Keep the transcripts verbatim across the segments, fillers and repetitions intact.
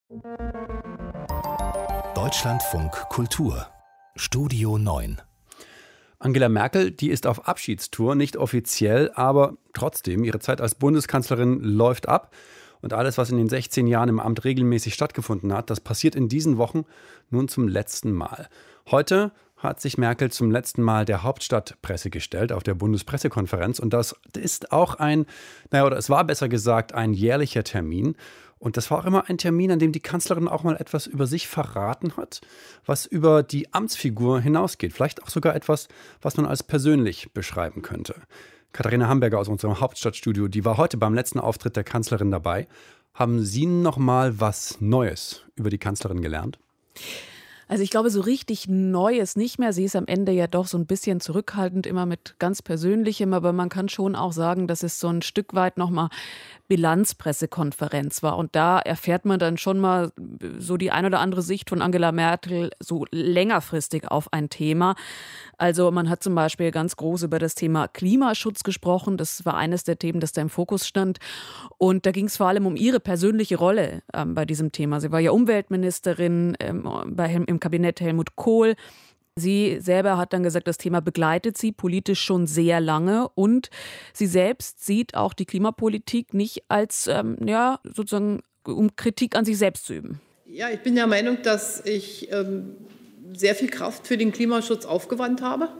Deutschlandfunk Kultur Studio neun. Angela Merkel, die ist auf Abschiedstour, nicht offiziell, aber trotzdem, ihre Zeit als Bundeskanzlerin läuft ab. Und alles, was in den sechzehn Jahren im Amt regelmäßig stattgefunden hat, das passiert in diesen Wochen nun zum letzten Mal. Heute hat sich Merkel zum letzten Mal der Hauptstadtpresse gestellt auf der Bundespressekonferenz. Und das ist auch ein, naja, oder es war besser gesagt, ein jährlicher Termin. Und das war auch immer ein Termin, an dem die Kanzlerin auch mal etwas über sich verraten hat, was über die Amtsfigur hinausgeht. Vielleicht auch sogar etwas, was man als persönlich beschreiben könnte. Katharina Hamburger aus unserem Hauptstadtstudio, die war heute beim letzten Auftritt der Kanzlerin dabei. Haben Sie noch mal was Neues über die Kanzlerin gelernt? Also ich glaube, so richtig Neues nicht mehr. Sie ist am Ende ja doch so ein bisschen zurückhaltend, immer mit ganz Persönlichem. Aber man kann schon auch sagen, dass es so ein Stück weit nochmal Bilanzpressekonferenz war. Und da erfährt man dann schon mal so die ein oder andere Sicht von Angela Merkel so längerfristig auf ein Thema. Also man hat zum Beispiel ganz groß über das Thema Klimaschutz gesprochen. Das war eines der Themen, das da im Fokus stand. Und da ging es vor allem um ihre persönliche Rolle ähm, bei diesem Thema. Sie war ja Umweltministerin ähm, bei, im Kabinett Helmut Kohl. Sie selber hat dann gesagt, das Thema begleitet sie politisch schon sehr lange und sie selbst sieht auch die Klimapolitik nicht als, ähm, ja, sozusagen, um Kritik an sich selbst zu üben. Ja, ich bin der Meinung, dass ich ähm, sehr viel Kraft für den Klimaschutz aufgewandt habe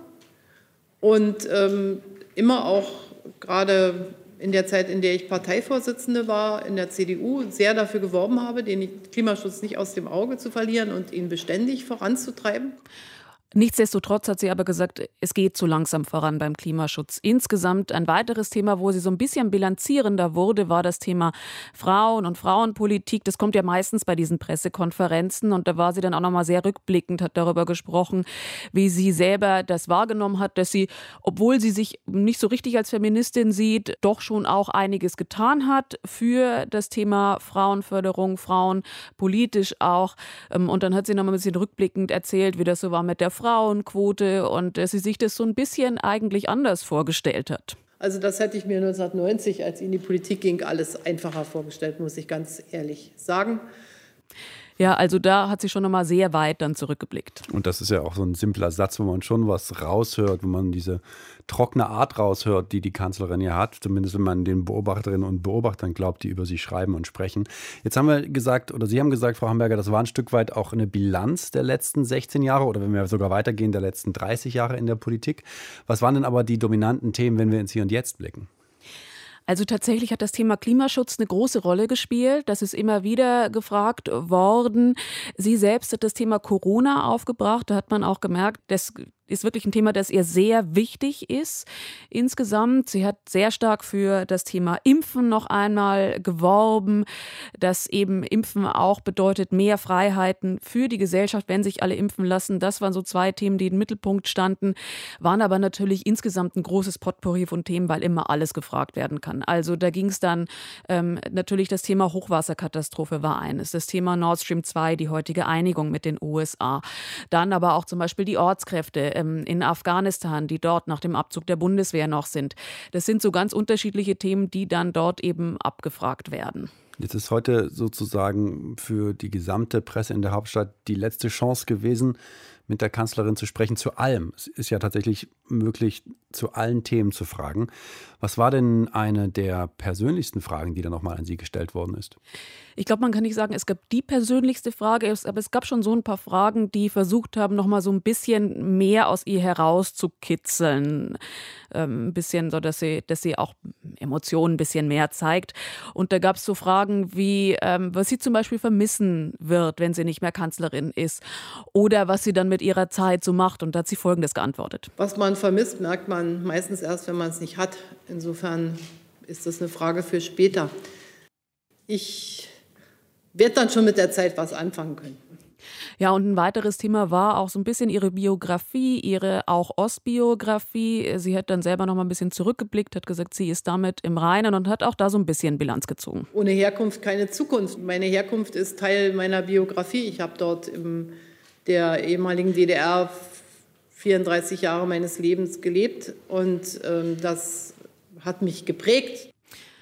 und ähm, immer auch gerade in der Zeit, in der ich Parteivorsitzende war, in der C D U, sehr dafür geworben habe, den Klimaschutz nicht aus dem Auge zu verlieren und ihn beständig voranzutreiben. Nichtsdestotrotz hat sie aber gesagt, es geht zu langsam voran beim Klimaschutz. Insgesamt ein weiteres Thema, wo sie so ein bisschen bilanzierender wurde, war das Thema Frauen und Frauenpolitik. Das kommt ja meistens bei diesen Pressekonferenzen und da war sie dann auch nochmal sehr rückblickend, hat darüber gesprochen, wie sie selber das wahrgenommen hat, dass sie, obwohl sie sich nicht so richtig als Feministin sieht, doch schon auch einiges getan hat für das Thema Frauenförderung, Frauen politisch auch. Und dann hat sie nochmal ein bisschen rückblickend erzählt, wie das so war mit der Frauenquote und dass sie sich das so ein bisschen eigentlich anders vorgestellt hat. Also das hätte ich mir neunzehnhundertneunzig, als ich in die Politik ging, alles einfacher vorgestellt, muss ich ganz ehrlich sagen. Ja, also da hat sie schon nochmal sehr weit dann zurückgeblickt. Und das ist ja auch so ein simpler Satz, wo man schon was raushört, wo man diese trockene Art raushört, die die Kanzlerin ja hat, zumindest wenn man den Beobachterinnen und Beobachtern glaubt, die über sie schreiben und sprechen. Jetzt haben wir gesagt, oder Sie haben gesagt, Frau Hamburger, das war ein Stück weit auch eine Bilanz der letzten sechzehn Jahre oder wenn wir sogar weitergehen, der letzten dreißig Jahre in der Politik. Was waren denn aber die dominanten Themen, wenn wir ins Hier und Jetzt blicken? Also tatsächlich hat das Thema Klimaschutz eine große Rolle gespielt. Das ist immer wieder gefragt worden. Sie selbst hat das Thema Corona aufgebracht. Da hat man auch gemerkt, das ist wirklich ein Thema, das ihr sehr wichtig ist insgesamt. Sie hat sehr stark für das Thema Impfen noch einmal geworben, dass eben Impfen auch bedeutet mehr Freiheiten für die Gesellschaft, wenn sich alle impfen lassen. Das waren so zwei Themen, die im Mittelpunkt standen, waren aber natürlich insgesamt ein großes Potpourri von Themen, weil immer alles gefragt werden kann. Also da ging es dann ähm, natürlich, das Thema Hochwasserkatastrophe war eines, das Thema Nord Stream zwei, die heutige Einigung mit den U S A. Dann aber auch zum Beispiel die Ortskräfte in Afghanistan, die dort nach dem Abzug der Bundeswehr noch sind. Das sind so ganz unterschiedliche Themen, die dann dort eben abgefragt werden. Jetzt ist heute sozusagen für die gesamte Presse in der Hauptstadt die letzte Chance gewesen, mit der Kanzlerin zu sprechen, zu allem. Es ist ja tatsächlich möglich, zu allen Themen zu fragen. Was war denn eine der persönlichsten Fragen, die dann nochmal an Sie gestellt worden ist? Ich glaube, man kann nicht sagen, es gab die persönlichste Frage, aber es gab schon so ein paar Fragen, die versucht haben, nochmal so ein bisschen mehr aus ihr herauszukitzeln. Ähm, ein bisschen so, dass sie, dass sie auch Emotionen ein bisschen mehr zeigt. Und da gab es so Fragen wie, ähm, was sie zum Beispiel vermissen wird, wenn sie nicht mehr Kanzlerin ist. Oder was sie dann mit ihrer Zeit so macht. Und da hat sie Folgendes geantwortet. Was man vermisst, merkt man meistens erst, wenn man es nicht hat. Insofern ist das eine Frage für später. Ich werde dann schon mit der Zeit was anfangen können. Ja, und ein weiteres Thema war auch so ein bisschen ihre Biografie, ihre auch Ostbiografie. Sie hat dann selber noch mal ein bisschen zurückgeblickt, hat gesagt, sie ist damit im Reinen und hat auch da so ein bisschen Bilanz gezogen. Ohne Herkunft keine Zukunft. Meine Herkunft ist Teil meiner Biografie. Ich habe dort in der ehemaligen D D R vierunddreißig Jahre meines Lebens gelebt und ähm, das hat mich geprägt.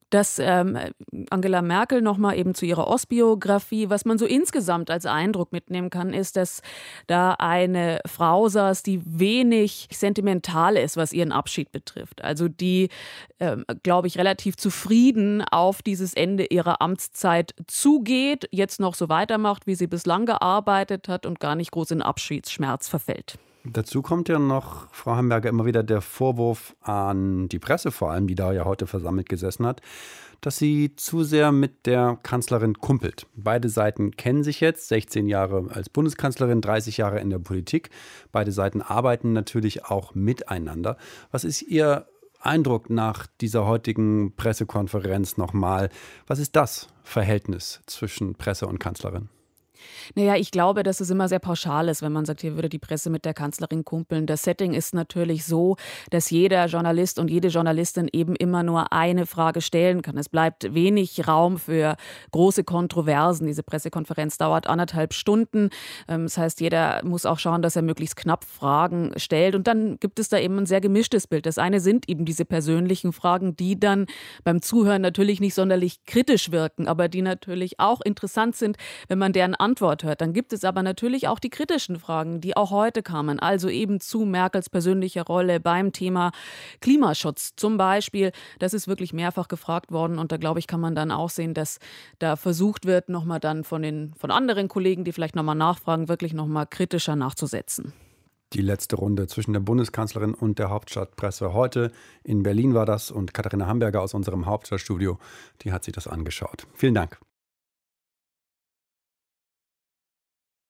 dass ähm, Angela Merkel nochmal eben zu ihrer Ostbiografie, was man so insgesamt als Eindruck mitnehmen kann, ist, dass da eine Frau saß, die wenig sentimental ist, was ihren Abschied betrifft. Also die, ähm, glaube ich, relativ zufrieden auf dieses Ende ihrer Amtszeit zugeht, jetzt noch so weitermacht, wie sie bislang gearbeitet hat und gar nicht groß in Abschiedsschmerz verfällt. Dazu kommt ja noch, Frau Hamberger, immer wieder der Vorwurf an die Presse vor allem, die da ja heute versammelt gesessen hat, dass sie zu sehr mit der Kanzlerin kumpelt. Beide Seiten kennen sich jetzt, sechzehn Jahre als Bundeskanzlerin, dreißig Jahre in der Politik. Beide Seiten arbeiten natürlich auch miteinander. Was ist Ihr Eindruck nach dieser heutigen Pressekonferenz nochmal? Was ist das Verhältnis zwischen Presse und Kanzlerin? Naja, ich glaube, dass es immer sehr pauschal ist, wenn man sagt, hier würde die Presse mit der Kanzlerin kumpeln. Das Setting ist natürlich so, dass jeder Journalist und jede Journalistin eben immer nur eine Frage stellen kann. Es bleibt wenig Raum für große Kontroversen. Diese Pressekonferenz dauert anderthalb Stunden. Das heißt, jeder muss auch schauen, dass er möglichst knapp Fragen stellt. Und dann gibt es da eben ein sehr gemischtes Bild. Das eine sind eben diese persönlichen Fragen, die dann beim Zuhören natürlich nicht sonderlich kritisch wirken, aber die natürlich auch interessant sind, wenn man deren Antwort hört. Dann gibt es aber natürlich auch die kritischen Fragen, die auch heute kamen. Also eben zu Merkels persönlicher Rolle beim Thema Klimaschutz zum Beispiel. Das ist wirklich mehrfach gefragt worden. Und da, glaube ich, kann man dann auch sehen, dass da versucht wird, nochmal dann von den von anderen Kollegen, die vielleicht nochmal nachfragen, wirklich nochmal kritischer nachzusetzen. Die letzte Runde zwischen der Bundeskanzlerin und der Hauptstadtpresse heute. In Berlin war das und Katharina Hamberger aus unserem Hauptstadtstudio, die hat sich das angeschaut. Vielen Dank.